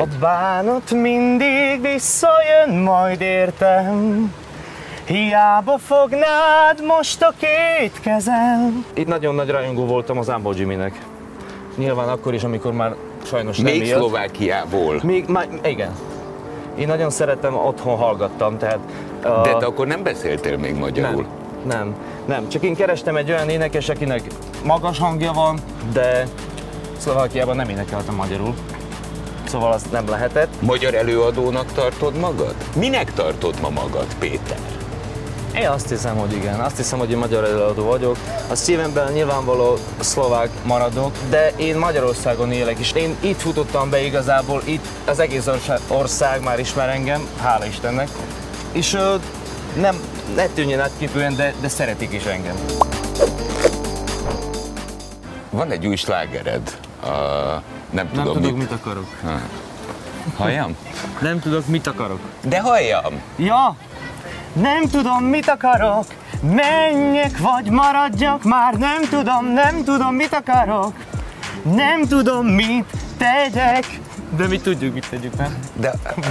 A bánat mindig visszajön majd értem, hiába fognád most a két kezem. Itt nagyon nagy rajongó voltam az Uncle Jimmynek. Nyilván akkor is, amikor már sajnos nem még Szlovákiából? Igen. Én nagyon szeretem, otthon hallgattam, tehát... De te akkor nem beszéltél még magyarul? Nem. Csak én kerestem egy olyan énekes, akinek magas hangja van, de Szlovákiában nem énekeltem magyarul. Szóval azt nem lehetett. Magyar előadónak tartod magad? Minek tartod ma magad, Péter? Én azt hiszem, hogy igen. Azt hiszem, hogy én magyar előadó vagyok. A szívemben nyilvánvaló szlovák maradok, de én Magyarországon élek, és én itt futottam be igazából, itt az egész ország már ismer engem, hála Istennek. És ne tűnjön átképűen, de szeretik is engem. Van egy új slágered. Nem tudok, mit akarok. Halljam? Nem tudok, mit akarok. De halljam! Ja! Nem tudom, mit akarok, menjek vagy maradjak, már nem tudom, mit akarok. Nem tudom, mit tegyek. De mi tudjuk, mit tegyük, nem? De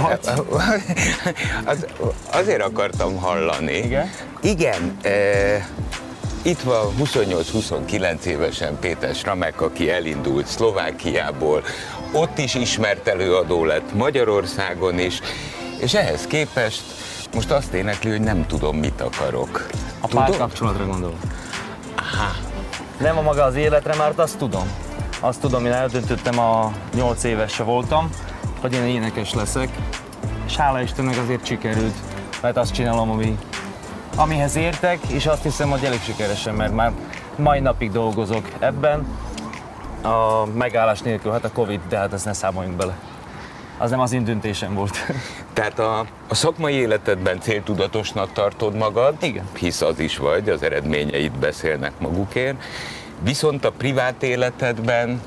azért akartam hallani. Igen? Igen, itt van 28-29 évesen Péter Sramek, aki elindult Szlovákiából, ott is ismert előadó lett, Magyarországon is, és ehhez képest most azt énekli, hogy nem tudom, mit akarok. A párkapcsolatra gondolok. Aha. Nem a maga az életre, mert azt tudom. Azt tudom, én eldöntöttem, 8 éves voltam, hogy én énekes leszek, és hála Istennek azért sikerült, mert azt csinálom, amihez értek, és azt hiszem, hogy elég sikeresen, mert már mai napig dolgozok ebben, a megállás nélkül, hát a Covid, de hát ezt ne számoljunk bele. Az nem az én döntésem volt. Tehát a szakmai életedben céltudatosnak tartod magad, igen. Hisz az is vagy, az eredményeid beszélnek magukért, viszont a privát életedben...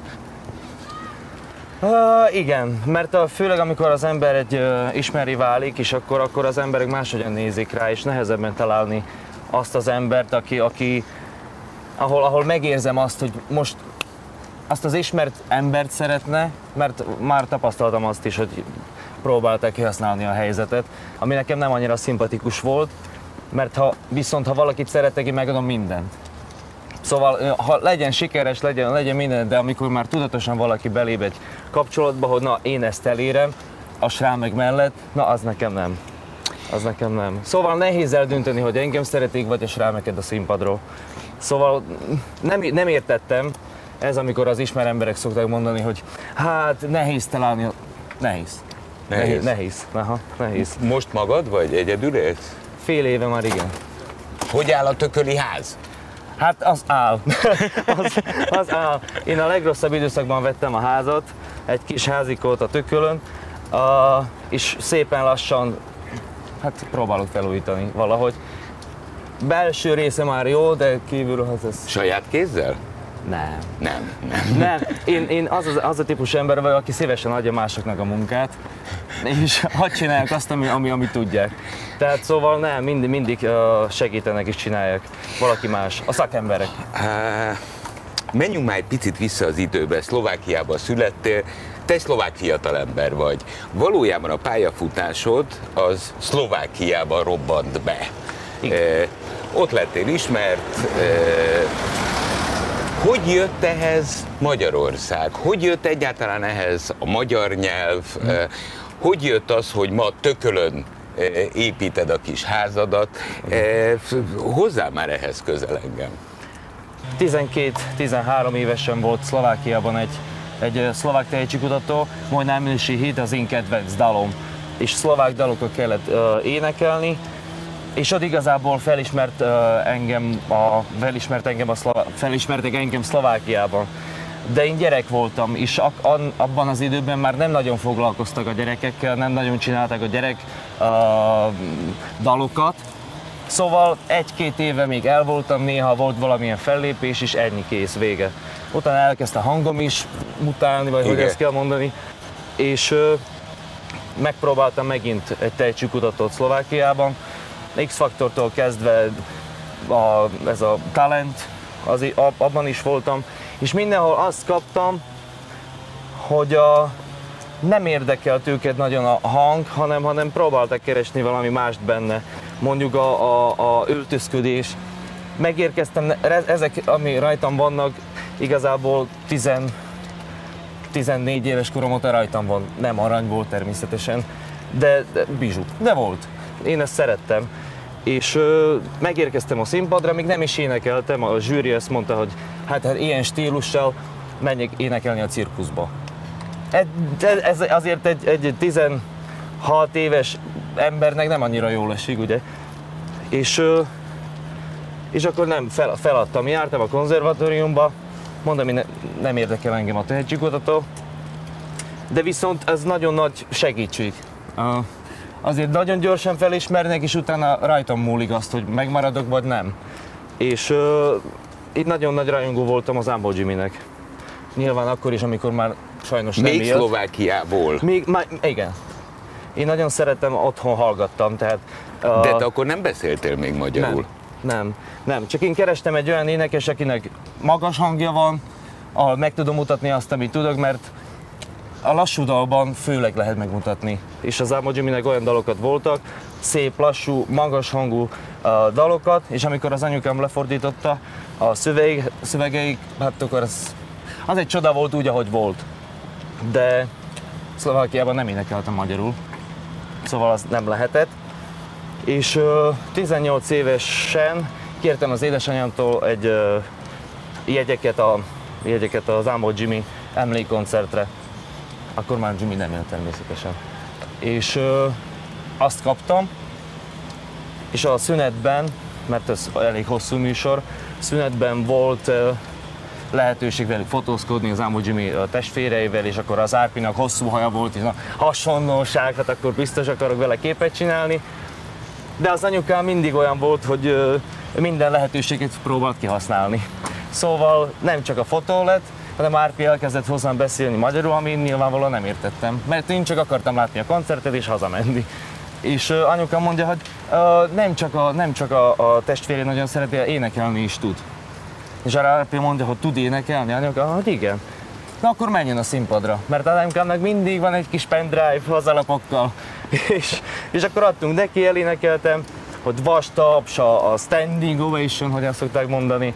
Igen, mert főleg amikor az ember egy ismeré válik, és akkor az emberek máshogyan nézik rá, és nehezebben találni azt az embert, ahol megérzem azt, hogy most azt az ismert embert szeretne, mert már tapasztaltam azt is, hogy próbálták kihasználni a helyzetet, ami nekem nem annyira szimpatikus volt, mert ha valakit szeretek, én megadom mindent. Szóval, ha legyen sikeres, legyen minden, de amikor már tudatosan valaki belép egy kapcsolatba, hogy na, én ezt elérem, a srámek mellett, na, az nekem nem. Az nekem nem. Szóval nehéz eldönteni, hogy engem szeretik, vagy a srámeket a színpadról. Szóval nem értettem, ez amikor az ismer emberek szokták mondani, hogy hát nehéz találni, nehéz. Aha, nehéz. Most magad vagy? Egyedül élsz? Fél éve már igen. Hogy áll a tököli ház? Hát az áll. az áll. Én a legrosszabb időszakban vettem a házat, egy kis házikót a Tökölön, és szépen lassan hát próbálok felújítani valahogy. Belső része már jó, de kívül ez... Saját kézzel? Nem. Én az a típus ember vagyok, aki szívesen adja másoknak a munkát, és hadd csinálják azt, ami tudják. Tehát szóval nem, mindig segítenek és csinálják valaki más, a szakemberek. Menjünk már egy picit vissza az időbe, Szlovákiában születtél, te egy szlovák fiatalember vagy. Valójában a pályafutásod az Szlovákiában robbant be. Ott lettél ismert. Hogy jött ehhez Magyarország? Hogy jött egyáltalán ehhez a magyar nyelv? Hogy jött az, hogy ma Tökölön építed a kis házadat? Hozzá már ehhez közel engem. 12-13 évesen volt Szlovákiában egy szlovák tehetségkutató, Môj najmilší hit, az én kedvenc dalom. És szlovák dalokat kellett énekelni, és ott igazából felismertek engem Szlovákiában. De én gyerek voltam, és abban az időben már nem nagyon foglalkoztak a gyerekekkel, nem nagyon csinálták a gyerek dalokat. Szóval 1-2 éve még el voltam, néha volt valamilyen fellépés, és ennyi, kész, vége. Utána elkezdte hangom is mutálni, vagy hogy ezt kell mondani, és megpróbáltam megint egy tehetségkutatót Szlovákiában. X-faktortól kezdve ez a talent, abban is voltam, és mindenhol azt kaptam, hogy nem érdekelt őket nagyon a hang, hanem próbáltak keresni valami mást benne. Mondjuk a öltözködés. Megérkeztem, ezek, ami rajtam vannak, igazából 14 éves korom óta rajtam van. Nem arany volt természetesen, de bizsú. De volt. Én ezt szerettem. És megérkeztem a színpadra, még nem is énekeltem, a zsűri ezt mondta, hogy hát ilyen stílussal menjek énekelni a cirkuszba. Ez azért egy 16 éves embernek nem annyira jól esik, ugye? És akkor nem feladtam, jártam a konzervatóriumba, mondom, hogy nem érdekel engem a tehetségkutató, de viszont ez nagyon nagy segítség. Azért nagyon gyorsan felismernek, és utána rajtam múlik azt, hogy megmaradok vagy nem. És itt nagyon nagy rajongó voltam az Zámbó Jiminek. Nyilván akkor is, amikor már sajnos nem élt. Még Szlovákiából? Igen. Én nagyon szerettem, otthon hallgattam, tehát... De te akkor nem beszéltél még magyarul? Nem. Csak én kerestem egy olyan énekes, akinek magas hangja van, ahol meg tudom mutatni azt, amit tudok, mert a lassú dalban főleg lehet megmutatni. És az Zámbó Jiminek olyan dalokat voltak, szép, lassú, magas hangú dalokat, és amikor az anyukám lefordította a szövegeik, hát akkor az egy csoda volt úgy, ahogy volt. De Szlovákiában nem énekeltem magyarul, szóval az nem lehetett. És 18 évesen kértem az édesanyámtól egy jegyeket a Zámbó Jimi emlékkoncertre. Akkor már Jimi nem élt természetesen. És azt kaptam, és a szünetben, mert ez elég hosszú műsor, szünetben volt lehetőség velük fotózkodni, az Zámbó Jimi testvéreivel, és akkor az Árpinak hosszú haja volt, és a hasonlóság, hát akkor biztos akarok vele képet csinálni. De az anyukám mindig olyan volt, hogy minden lehetőséget próbált kihasználni. Szóval nem csak a fotó lett, hanem Árpi elkezdett hozzám beszélni magyarul, ami nyilvánvalóan nem értettem. Mert én csak akartam látni a koncertet és hazamenni. És anyukám mondja, hogy nem csak a testvére nagyon szereti, énekelni is tud. És arra Árpi mondja, hogy tud énekelni, anyukám, hogy igen. Na akkor menjen a színpadra, mert az anyukámnak mindig van egy kis pendrive hazalapokkal. És akkor adtunk neki, elénekeltem, hogy vastaps, a standing ovation, hogy azt szokták mondani.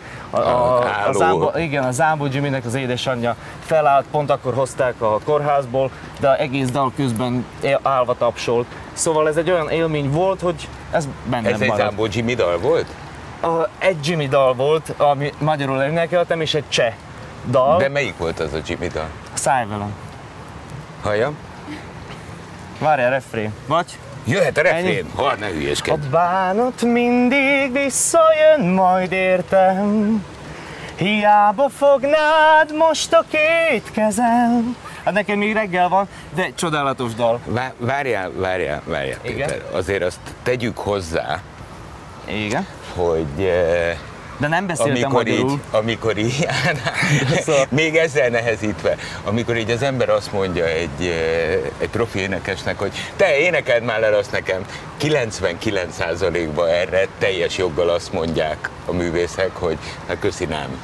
A Zámbó Jiminek az édesanyja felállt, pont akkor hozták a kórházból, de egész dal közben állva tapsolt. Szóval ez egy olyan élmény volt, hogy ez bennem maradt. Ez egy Zámbó Jimi dal volt? Egy Jimi dal volt, ami magyarul énekeltem, és egy cseh dal. De melyik volt az a Jimi dal? Szállj velem. Halljam? Várjál, refrén. Vagy? Jöhet a refrén, ha ne hülyeskedj. A bánat mindig visszajön, majd értem. Hiába fognád most a két kezem. Hát nekem még reggel van, de csodálatos dal. Várjál, Péter. Azért azt tegyük hozzá, igen, hogy... De nem beszéltem magyarul. Amikor így, szóval. Még ezzel nehezítve, amikor így az ember azt mondja egy profi énekesnek, hogy te énekeld már el azt nekem, 99%-ban erre teljes joggal azt mondják a művészek, hogy hát köszi nem.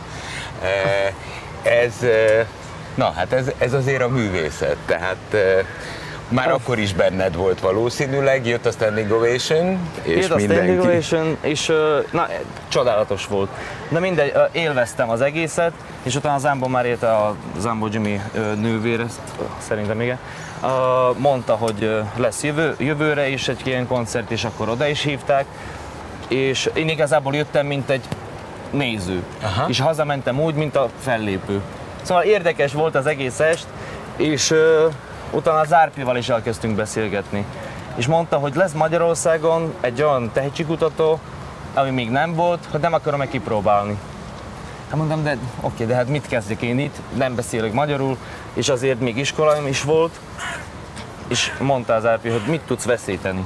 Ez azért a művészet, tehát már akkor is benned volt valószínűleg, jött a standing ovation, és jött a standing ovation, és csodálatos volt. De mindegy, élveztem az egészet, és utána a Zámbó már érte a Zámbó Jimi nővére, szerintem igen, mondta, hogy lesz jövőre is egy ilyen koncert, és akkor oda is hívták, és én igazából jöttem, mint egy néző, és hazamentem úgy, mint a fellépő. Szóval érdekes volt az egész est, és utána az Árpival is elkezdtünk beszélgetni. És mondta, hogy lesz Magyarországon egy olyan tehetségkutató, ami még nem volt, hogy nem akarom-e kipróbálni. Hát mondtam, de oké, de hát mit kezdjek én itt, nem beszélek magyarul, és azért még iskoláim is volt. És mondta az Árpi, hogy mit tudsz veszíteni.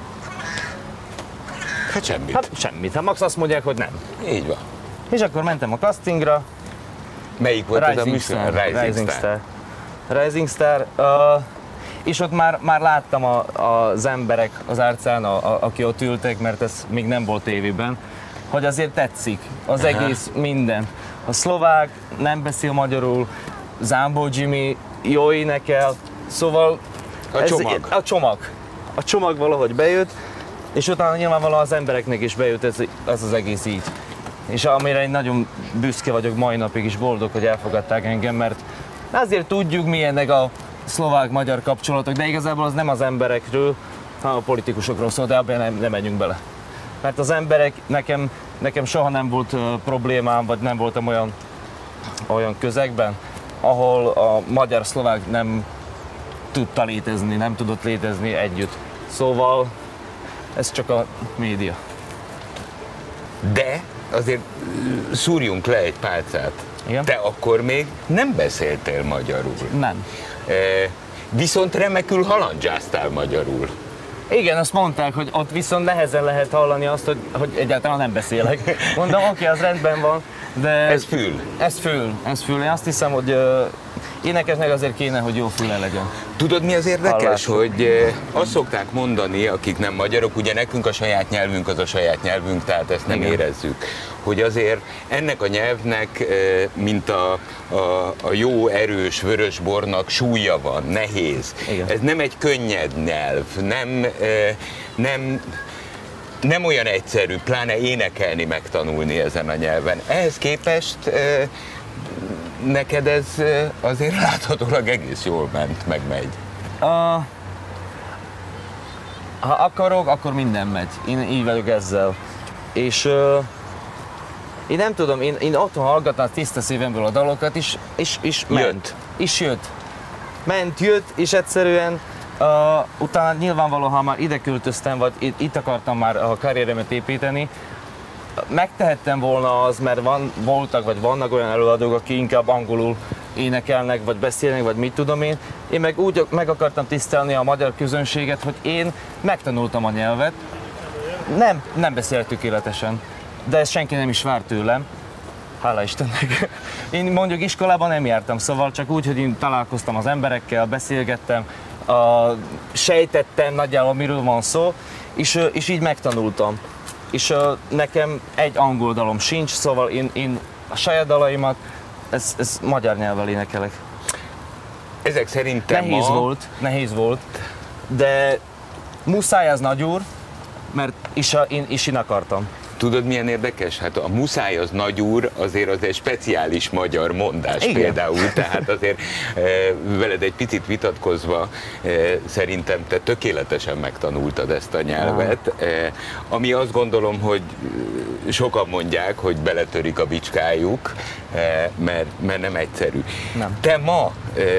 Hát semmit. Hát semmit, hát max azt mondják, hogy nem. Így van. És akkor mentem a castingra. Melyik volt ez a műsor? Rising Star. És ott már láttam az emberek az arcán, aki ott ültek, mert ez még nem volt tévében, hogy azért tetszik az egész minden. A szlovák nem beszél magyarul, Zámbó Jimi jó énekel, szóval A csomag. A csomag valahogy bejött, és utána nyilvánvalóan az embereknek is bejött ez az egész így. És amire én nagyon büszke vagyok mai napig is, boldog, hogy elfogadták engem, mert azért tudjuk milyenek a szlovák-magyar kapcsolatok, de igazából az nem az emberekről, hanem a politikusokról szól, de abban nem menjünk bele. Mert az emberek, nekem soha nem volt problémám, vagy nem voltam olyan közegben, ahol a magyar-szlovák nem tudta létezni, nem tudott létezni együtt. Szóval ez csak a média. De azért szúrjunk le egy pálcát. Igen? Te akkor még nem beszéltél magyarul. Nem. Viszont remekül halandzsáztál magyarul. Igen, azt mondták, hogy ott viszont nehezen lehet hallani azt, hogy egyáltalán nem beszélek. Mondom, oké, az rendben van, de... Ez fül. Ez fül. Én azt hiszem, hogy énekesnek azért kéne, hogy jó füle legyen. Tudod, mi az érdekes, Hallásra. hogy azt szokták mondani, akik nem magyarok, ugye nekünk a saját nyelvünk az a saját nyelvünk, tehát ezt nem Igen. érezzük. Hogy azért ennek a nyelvnek, mint a jó, erős vörösbornak súlya van, nehéz. Igen. Ez nem egy könnyed nyelv, nem olyan egyszerű, pláne énekelni, megtanulni ezen a nyelven. Ehhez képest neked ez azért láthatólag egész jól ment, meg megy. Ha akarok, akkor minden megy. Én így vagyok ezzel. És én nem tudom, én otthon hallgattam tiszta szívemből a dalokat, és ment. És jött. Jött, és egyszerűen utána nyilvánvalóan, ha már ide költöztem, vagy itt akartam már a karrieremet építeni, megtehettem volna az, mert vannak olyan előadók, akik inkább angolul énekelnek, vagy beszélnek, vagy mit tudom én. Én meg úgy meg akartam tisztelni a magyar közönséget, hogy én megtanultam a nyelvet. Nem beszélek tökéletesen, de ezt senki nem is vár tőlem. Hála Istennek. Én mondjuk iskolában nem jártam, szóval csak úgy, hogy én találkoztam az emberekkel, beszélgettem, sejtettem nagyjából miről van szó, és így megtanultam. És nekem egy angol dalom sincs, szóval én a saját dalaimat ez magyar nyelvvel énekelek. Ezek szerintem Nehéz volt, de muszáj az nagy úr, mert én akartam. Tudod, milyen érdekes? Hát a muszáj az nagyúr, azért az egy speciális magyar mondás. Igen. Például, tehát azért veled egy picit vitatkozva szerintem te tökéletesen megtanultad ezt a nyelvet, ami azt gondolom, hogy sokan mondják, hogy beletörik a bicskájuk, mert nem egyszerű. Nem. Te ma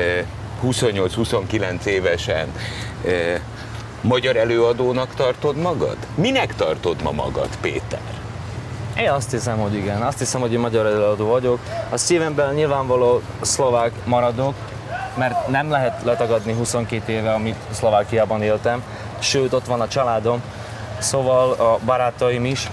28-29 évesen magyar előadónak tartod magad? Minek tartod ma magad, Péter? Én azt hiszem, hogy igen. Azt hiszem, hogy én magyar előadó vagyok. A szívemben nyilvánvaló szlovák maradok, mert nem lehet letagadni 22 éve, amit Szlovákiában éltem. Sőt, ott van a családom, szóval a barátaim is.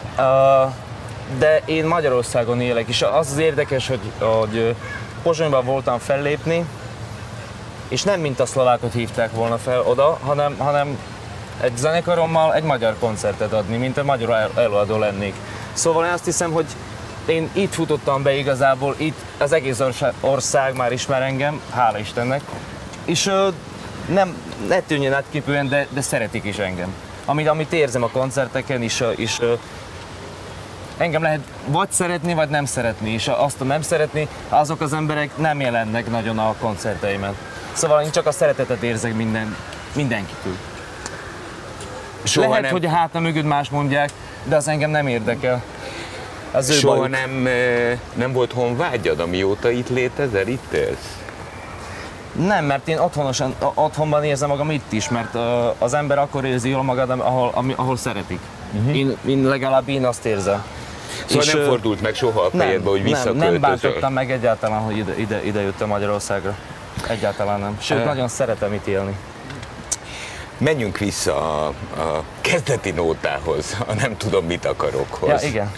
De én Magyarországon élek, és az érdekes, hogy Pozsonyban voltam fellépni, és nem mint a szlovákot hívták volna fel oda, hanem egy zenekarommal egy magyar koncertet adni, mint egy magyar előadó lennék. Szóval én azt hiszem, hogy én itt futottam be igazából, itt az egész ország már ismer engem, hála Istennek, és ne tűnjön átképűen, de szeretik is engem. Amit érzem a koncerteken, és engem lehet vagy szeretni, vagy nem szeretni, és azt nem szeretni, azok az emberek nem jelennek nagyon a koncerteimen. Szóval én csak a szeretetet érzek mindenkitől. Lehet, hogy a hátam mögött más mondják, de az engem nem érdekel. Az soha nem volt honvágyad, amióta itt létezel, itt élsz? Nem, mert én otthonban érzem magam itt is, mert az ember akkor érzi jól magad, ahol szeretik. Én legalább azt érzem. Szóval nem fordult meg soha a fejedbe, hogy visszaköltözöl? Nem bántottam meg egyáltalán, hogy ide jöttem Magyarországra. Egyáltalán nem. Sőt, nagyon szeretem itt élni. Menjünk vissza a kezdeti nótához, a nem tudom mit akarokhoz. Ja, igen.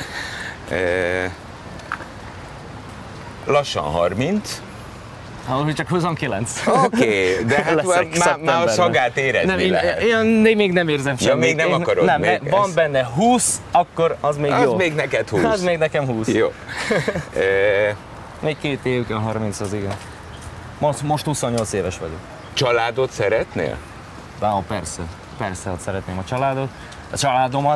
Lassan 30. Ahogy csak 29. Oké, de hát már a szagát érezni lehet. Én még nem érzem semmit. Ja, még nem akarod nem, még van ezt. benne 20, akkor az még jó. Az még neked 20. Az még nekem 20. Jó. Még 2 évig a 30 az igen. Most 28 éves vagyok. Családot szeretnél? Persze, hogy szeretném a családomat.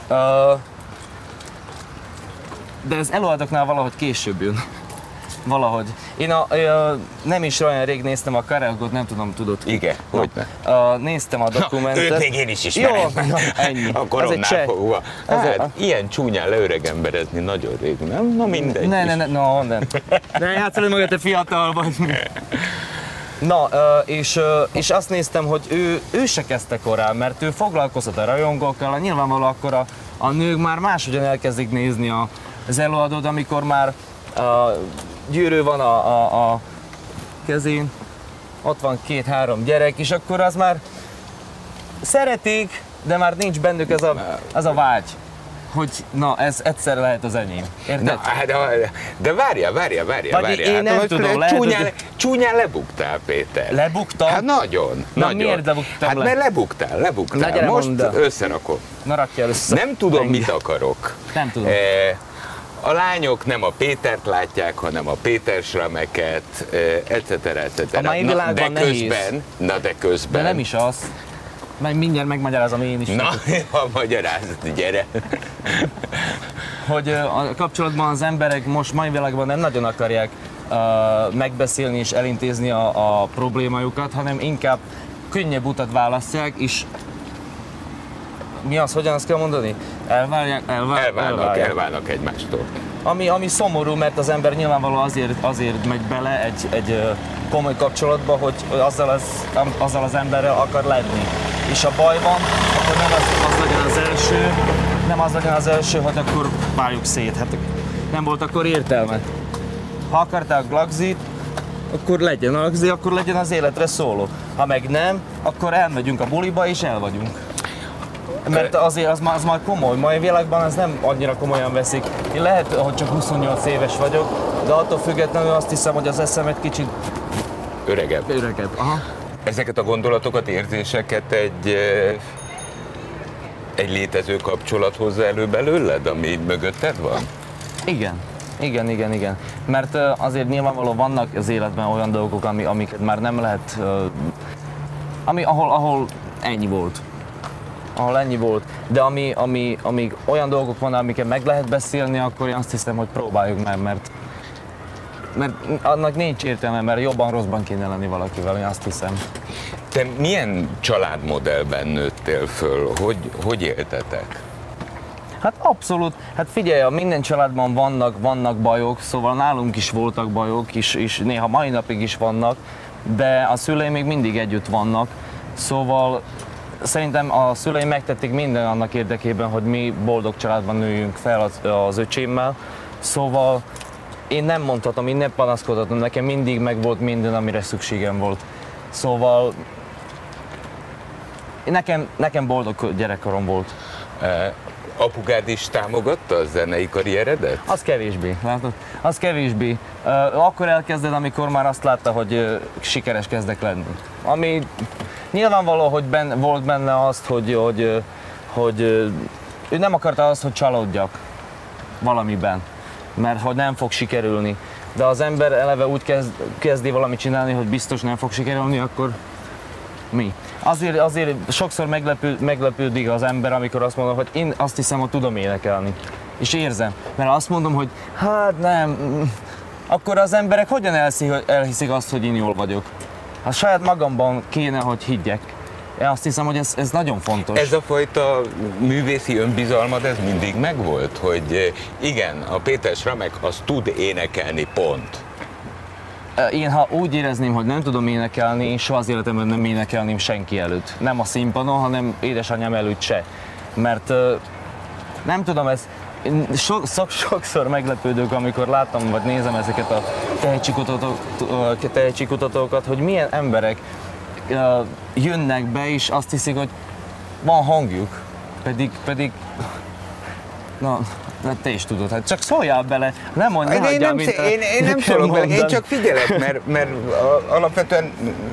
De ez előadóknál valahogy később jön. Valahogy. Én nem is olyan rég néztem a Karel-got, nem tudom, tudod. Igen, hogyne. Néztem a dokumentet. Őt még én is ismerem. Jó, ennyi. A koromnál fogva. Hát, ilyen csúnyán leöregemberezni nagyon rég, nem? Na mindegy. Ne, ne játszol magad, te fiatal vagy. Na, és azt néztem, hogy ő se kezdte korán, mert ő foglalkozott a rajongókkal, nyilvánvalóan akkor a nők már máshogyan elkezdik nézni az előadót, amikor már gyűrű van a kezén, ott van 2-3 gyerek, és akkor az már szeretik, de már nincs bennük ez a vágy, hogy na, ez egyszer lehet az enyém. Érted? Na, de várjál. Én nem Hát, tudom, csúnyán lebuktál, Péter. Lebuktam? Hát nagyon. Miért lebuktam Hát le? mert lebuktál. Na, gyere, most mondd el. összerakom. Na, rakjál össze. Nem tudom, Engem. mit akarok. Nem tudom. A lányok nem a Pétert látják, hanem a Péter Schrammeket, etc. A mai világban nehéz. De közben. De nem is az. Mindjárt megmagyarázom én is. Na, ha magyarázd, gyere. Hogy a kapcsolatban az emberek most mai világban nem nagyon akarják megbeszélni és elintézni a problémájukat, hanem inkább könnyebb utat választják, és mi az, hogyan azt kell mondani? Elválnak egymástól. Ami szomorú, mert az ember nyilvánvalóan azért megy bele egy komoly kapcsolatba, hogy azzal az emberrel akar lenni. És a baj van, akkor nem az legyen az első, hogy akkor váljuk szét. Hát nem volt akkor értelme. Ha akarták glagzit, akkor legyen glagzi, akkor legyen az életre szóló. Ha meg nem, akkor elmegyünk a buliba és el vagyunk. Mert azért az már komoly, mai világban ez nem annyira komolyan veszik. Én lehet, hogy csak 28 éves vagyok, de attól függetlenül azt hiszem, hogy az eszem egy kicsit öregebb. Aha. Ezeket a gondolatokat, érzéseket egy létező kapcsolat hozza elő belőled, ami mögötted van? Igen. Mert azért nyilvánvalóan vannak az életben olyan dolgok, amiket már nem lehet, ahol ennyi volt. De amíg olyan dolgok van, amiket meg lehet beszélni, akkor én azt hiszem, hogy próbáljuk meg, mert annak nincs értelme, mert jobban rosszban kéne lenni valakivel, én azt hiszem. Te milyen családmodellben nőttél föl? Hogy éltetek? Hát abszolút, hát figyelj, minden családban vannak bajok, szóval nálunk is voltak bajok, és néha mai napig is vannak, de a szüleim még mindig együtt vannak, szóval szerintem a szüleim megtették minden annak érdekében, hogy mi boldog családban nőjünk fel az öcsémmel, szóval én nem mondhatom, én nem panaszkodhatom, nekem mindig megvolt minden, amire szükségem volt. Szóval nekem boldog gyerekkorom volt. Apukád is támogatta a zenei karrieredet? Az kevésbé, látod? Az kevésbé. Akkor elkezded, amikor már azt látta, hogy sikeres kezdek lenni. Ami nyilvánvaló, hogy volt benne azt, hogy ő nem akarta azt, hogy csalódjak valamiben, mert hogy nem fog sikerülni. De az ember eleve úgy kezdi valamit csinálni, hogy biztos nem fog sikerülni, akkor mi? Azért sokszor meglepődik az ember, amikor azt mondom, hogy én azt hiszem, hogy tudom énekelni. És érzem, mert azt mondom, hogy hát nem, akkor az emberek hogyan elhiszik azt, hogy én jól vagyok? Hát saját magamban kéne, hogy higgyek. Én azt hiszem, hogy ez nagyon fontos. Ez a fajta művészi önbizalmad, ez mindig megvolt, hogy igen, a Péter Schrammek az tud énekelni, pont. Én ha úgy érezném, hogy nem tudom énekelni, én soha az életemben nem énekelném senki előtt. Nem a színpadon, hanem édesanyám előtt se. Mert nem tudom, ez sokszor meglepődök, amikor látom, vagy nézem ezeket a tehetségkutatókat, hogy milyen emberek jönnek be, és azt hiszik, hogy van hangjuk, pedig na, te is tudod, hát csak szóljál bele, nem mondj, ne hagyjál, mint én nem szólok bele, én csak figyelek, mert alapvetően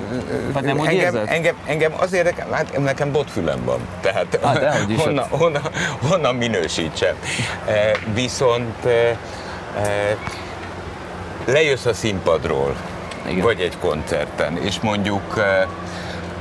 engem az érdekel, hát nekem botfülem van, tehát honnan minősítsem. Viszont lejössz a színpadról, igen, vagy egy koncerten, és mondjuk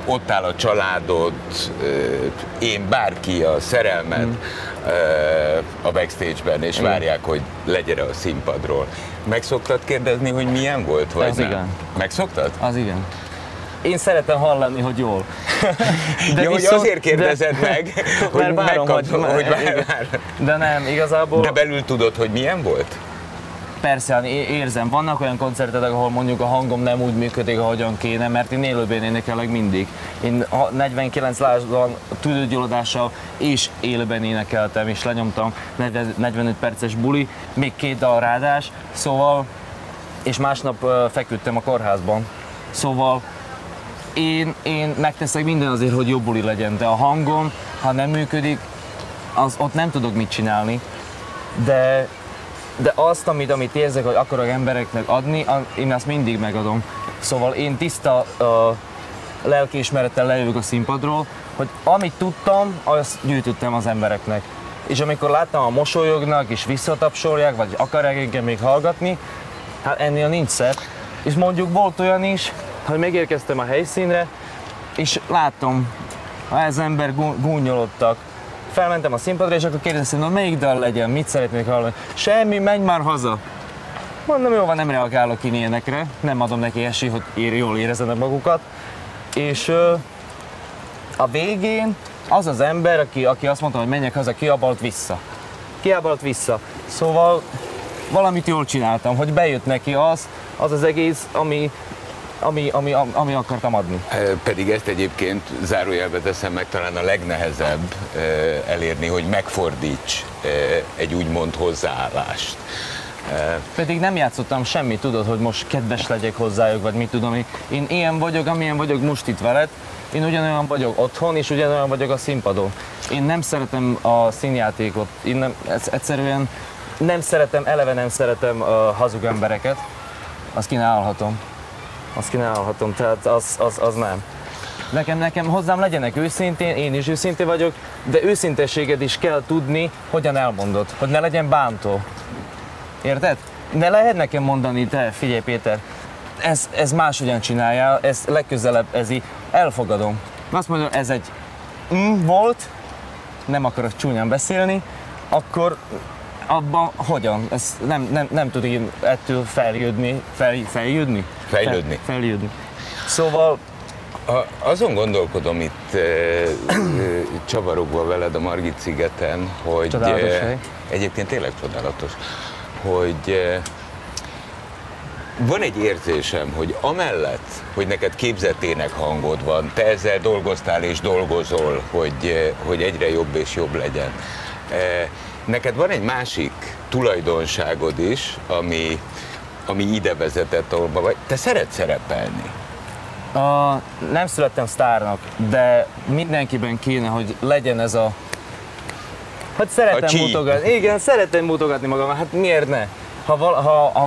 ott áll a családod, én, bárki, a szerelmed a backstage-ben, és várják, hogy legyen a színpadról. Meg szoktad kérdezni, hogy milyen volt, vagy Az nem? igen. Meg szoktad? Az igen. Én szeretem hallani, hogy jól. De hogy azért kérdezed meg, hogy várom, hogy de nem, igazából... De belül tudod, hogy milyen volt? Persze, hát érzem. Vannak olyan koncertek, ahol mondjuk a hangom nem úgy működik, ahogyan kéne, mert én élőben énekelek mindig. Én 49 lázban tüdőgyulladással és élőben énekeltem, és lenyomtam 45 perces buli, még 2 dal ráadás, szóval, és másnap feküdtem a kórházban. Szóval én megteszek minden azért, hogy jobb buli legyen, de a hangom, ha nem működik, ott nem tudok mit csinálni. De azt, amit érzek, hogy akarok embereknek adni, én azt mindig megadom. Szóval én tiszta lelkiismerettel lejövök a színpadról, hogy amit tudtam, azt gyűjtöttem az embereknek. És amikor láttam, a mosolyognak és visszatapsolják, vagy akarják engem még hallgatni, hát ennél nincs szebb. És mondjuk volt olyan is, hogy megérkeztem a helyszínre, és láttam, az ember gúnyolodtak. Felmentem a színpadra, és akkor kérdeztem, hogy melyik dal legyen, mit szeretnék hallani. Semmi, menj már haza. Mondom, jó van, nem reagálok én ilyenekre, nem adom neki esélyt, hogy jól érezzenek magukat. És a végén az ember, aki azt mondta, hogy menjek haza, kiabált vissza. Kiabált vissza. Szóval valamit jól csináltam, hogy bejött neki az egész, ami akartam adni. Pedig ezt egyébként zárójelbe teszem meg, talán a legnehezebb elérni, hogy megfordíts egy úgymond hozzáállást. Pedig nem játszottam semmit, tudod, hogy most kedves legyek hozzájuk, vagy mit tudom én ilyen vagyok, amilyen vagyok most itt veled, én ugyanolyan vagyok otthon, és ugyanolyan vagyok a színpadon. Én nem szeretem a színjátékot, egyszerűen eleve nem szeretem hazug embereket, azt kínálhatom. Tehát az nem. Nekem hozzám legyenek őszintén, én is őszintén vagyok, de őszintességed is kell tudni, hogyan elmondod, hogy ne legyen bántó. Érted? Ne lehet nekem mondani, te figyelj Péter, ez máshogyan csináljál, ez legközelebb elfogadom. Azt mondom, ez egy volt, nem akarok csúnyán beszélni, akkor abban hogyan? Ez nem tud én ettől fejlődni. Szóval... Azon gondolkodom itt csavarogva veled a Margit szigeten, hogy egyébként tényleg csodálatos, hogy van egy érzésem, hogy amellett, hogy neked képzett énekhangod van, te ezzel dolgoztál és dolgozol, hogy egyre jobb és jobb legyen. Neked van egy másik tulajdonságod is, ami ide vezetett, ahol vagy. Te szeretsz szerepelni. Nem születtem sztárnak, de mindenkiben kéne, hogy legyen ez a... Hát szeretem mutogatni. Igen, szeretem mutogatni magam, hát miért ne? Ha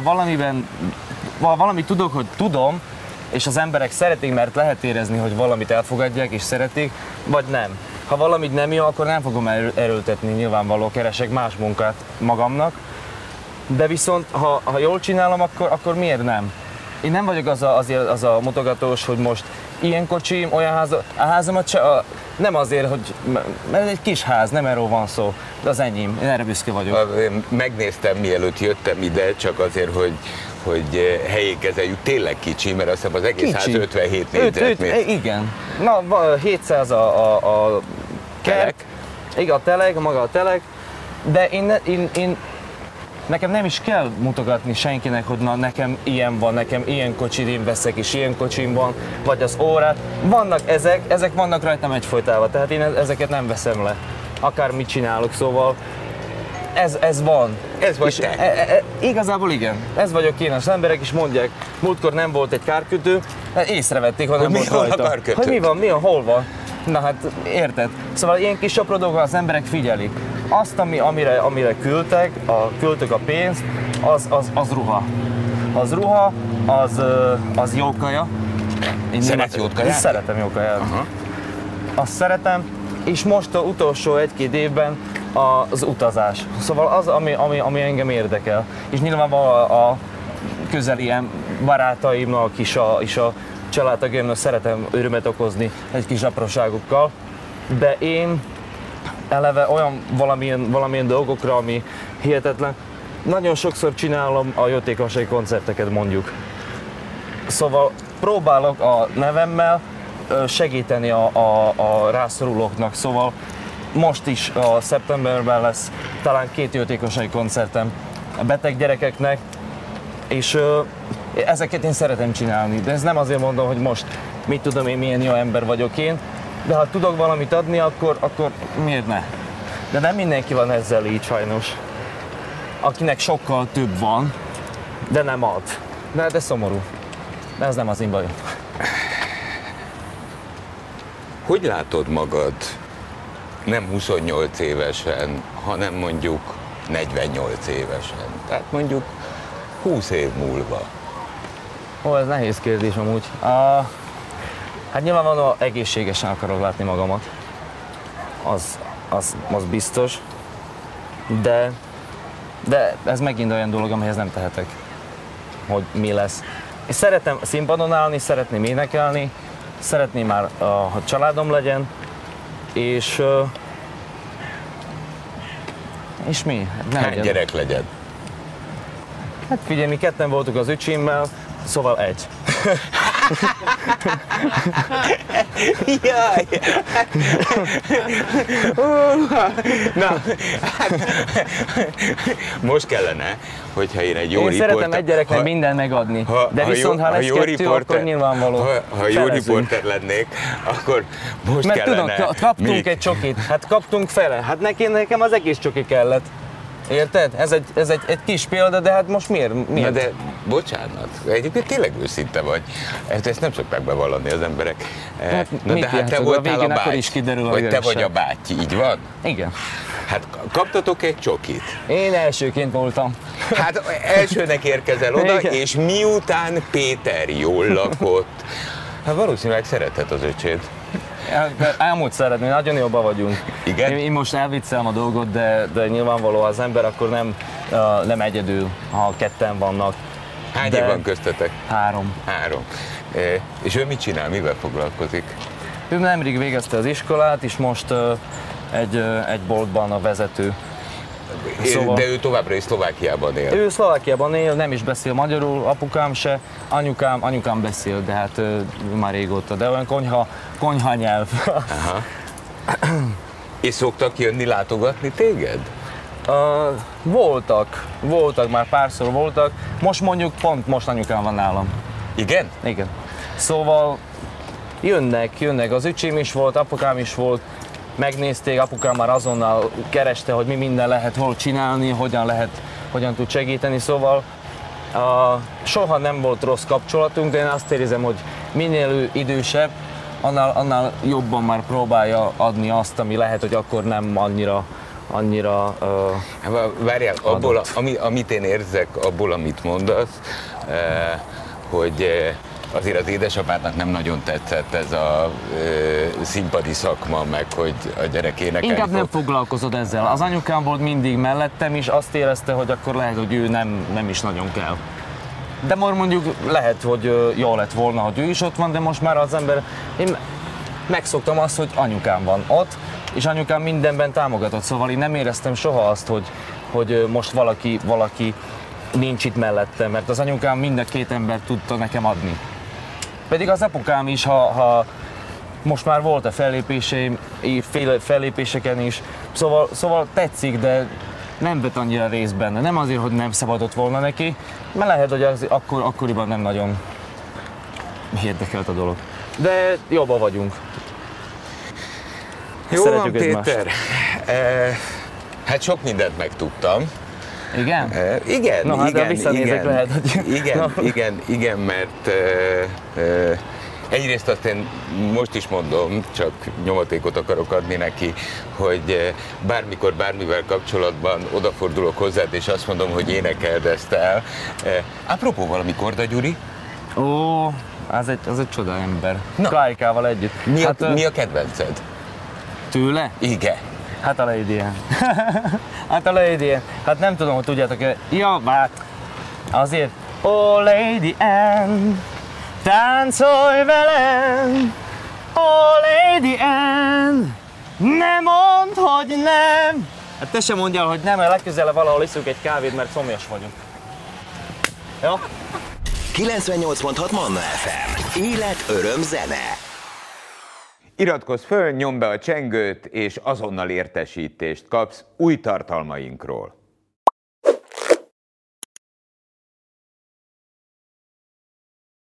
valamit tudok, hogy tudom, és az emberek szeretik, mert lehet érezni, hogy valamit elfogadják és szeretik, vagy nem. Ha valamit nem jó, akkor nem fogom erőltetni, nyilvánvaló, keresek más munkát magamnak. De viszont, ha jól csinálom, akkor miért nem? Én nem vagyok az a mutogatós, hogy most ilyen kocsim, olyan ház, a házamat nem azért, hogy, mert egy kis ház, nem erről van szó, de az enyém, én erre büszke vagyok. Megnéztem, mielőtt jöttem ide, csak azért, hogy helyén kezeljük, tényleg kicsi, mert azt hiszem az egész ház 57 négyzetméter. Igen, na 700 a telek. Igen, maga a telek, de én nekem nem is kell mutogatni senkinek, hogy na nekem ilyen van, nekem ilyen kocsit én veszek, és ilyen kocsim van, vagy az órát. Vannak ezek vannak rajtam egyfolytában, tehát én ezeket nem veszem le, akármit csinálok, szóval ez van. Ez vagy te? Igazából igen, ez vagyok én, az emberek is mondják, múltkor nem volt egy kárkötő, észrevették, hogy nem volt rajta. Hogy mi van, hol van? Na hát érted? Szóval ilyen kis apró dolgok az emberek figyelik. Azt, amire küldtek a pénzt, az ruha. Az ruha, az jó kaja. Szeretsz jót kaját? Szeretem jó kaját. Azt szeretem, és most az utolsó 1-2 évben az utazás. Szóval az, ami engem érdekel. És nyilvánvalóan a közeli barátaimnak is a családtagjaimnak szeretem örömet okozni egy kis apróságokkal, de én eleve olyan valamilyen dolgokra, ami hihetetlen, nagyon sokszor csinálom a jótékonysági koncerteket mondjuk. Szóval próbálok a nevemmel segíteni a rászorulóknak, szóval most is a szeptemberben lesz talán 2 jótékonysági koncertem a beteg gyerekeknek, és ezeket én szeretem csinálni, de ez nem azért mondom, hogy most mit tudom én, milyen jó ember vagyok én, de ha tudok valamit adni, akkor miért ne? De nem mindenki van ezzel így sajnos. Akinek sokkal több van, de nem ad. De szomorú. De ez nem az én bajom. Hogy látod magad nem 28 évesen, hanem mondjuk 48 évesen? Tehát mondjuk 20 év múlva. Ó, ez nehéz kérdés amúgy. Hát nyilvánvalóan egészségesen akarok látni magamat. Az biztos. De ez megint olyan dolog, amihez nem tehetek, hogy mi lesz. És szeretem színpadon állni, szeretném énekelni, szeretném már, ha családom legyen, és mi? Hány gyerek legyen? Hát figyelj, mi ketten voltunk az öcsémmel, szóval 1. Jaj! Na, most kellene, hogyha én egy jó Én riporter... szeretem egy gyereknek mindent megadni, de viszont ha lesz 2, akkor nyilvánvaló. Ha jó riporter lennék, akkor most mert kellene... Mert tudom, kaptunk egy csokit, hát kaptunk fele, hát nekem az egész csoki kellett. Érted? Ez egy kis példa, de hát most miért? Na de, bocsánat, egyébként tényleg őszinte vagy. Ezt nem szokták bevallani az emberek. Hát, na de hát te voltál a báty, is kiderül, vagy te vagy a báty, így van? Igen. Hát kaptatok egy csokit. Én elsőként voltam. Hát elsőnek érkezel oda, igen. És miután Péter jól lakott, hát valószínűleg szerethet az öcséd. Elmúlt szeretni, nagyon jobban vagyunk. Igen? Én most elviccelem a dolgot, de nyilvánvaló az ember akkor nem egyedül, ha ketten vannak. Hány év van köztetek? 3. 3. És ő mit csinál, mivel foglalkozik? Ő nemrég végezte az iskolát, és most egy boltban a vezető. Szóval... De ő továbbra is Szlovákiában él? Ő Szlovákiában él, nem is beszél magyarul, apukám se, anyukám beszél, de hát már régóta, de olyan konyha nyelv. Aha. És szoktak jönni látogatni téged? Voltak, már párszor voltak, most mondjuk pont most anyukám van nálam. Igen? Igen. Szóval jönnek, az öcsém is volt, apukám is volt, megnézték, apukám már azonnal kereste, hogy mi minden lehet hol csinálni, hogyan tud segíteni, szóval soha nem volt rossz kapcsolatunk, de én azt érzem, hogy minél ő idősebb, annál jobban már próbálja adni azt, ami lehet, hogy akkor nem annyira várjál, abból, amit én érzek, abból, amit mondasz, hogy azért az édesapádnak nem nagyon tetszett ez a színpadi szakma, meg hogy a gyerek énekelni Inkább nem foglalkozott ezzel. Az anyukám volt mindig mellettem, és azt érezte, hogy akkor lehet, hogy ő nem is nagyon kell. De mondjuk lehet, hogy jó lett volna, hogy ő is ott van, de most már az ember... Én megszoktam azt, hogy anyukám van ott, és anyukám mindenben támogatott, szóval én nem éreztem soha azt, hogy most valaki nincs itt mellettem, mert az anyukám mind a 2 embert tudta nekem adni. Pedig az apukám is, ha most már volt a fellépéseken is, szóval tetszik, de nem vett annyira részt benne. Nem azért, hogy nem szabadott volna neki, mert lehet, hogy az akkoriban nem nagyon érdekelt a dolog. De jobban vagyunk. Jó van, Péter. Hát sok mindent megtudtam. Igen? Igen, no, hát igen, visszanézek, igen, lehet, hogy... igen, mert egyrészt azt én most is mondom, csak nyomatékot akarok adni neki, hogy bármikor, bármivel kapcsolatban odafordulok hozzád, és azt mondom, hogy énekeld ezt el. Apropó, valami Korda Gyuri? Ó, az egy csoda ember. Klárikával együtt. Mi a kedvenced? Tőle? Igen. Hát a Lady Anne. Hát nem tudom, hogy tudjátok-e. Ja, bár azért. Oh, Lady Anne, Táncolj velem, oh Lady Anne, ne mondd, hogy nem. Hát te sem mondjál, hogy nem, mert legközelebb valahol iszunk egy kávét, mert szomjas vagyok. Jó? 98.6 Manna FM. Élet, öröm, zene. Iratkozz föl, nyomd be a csengőt, és azonnal értesítést kapsz új tartalmainkról.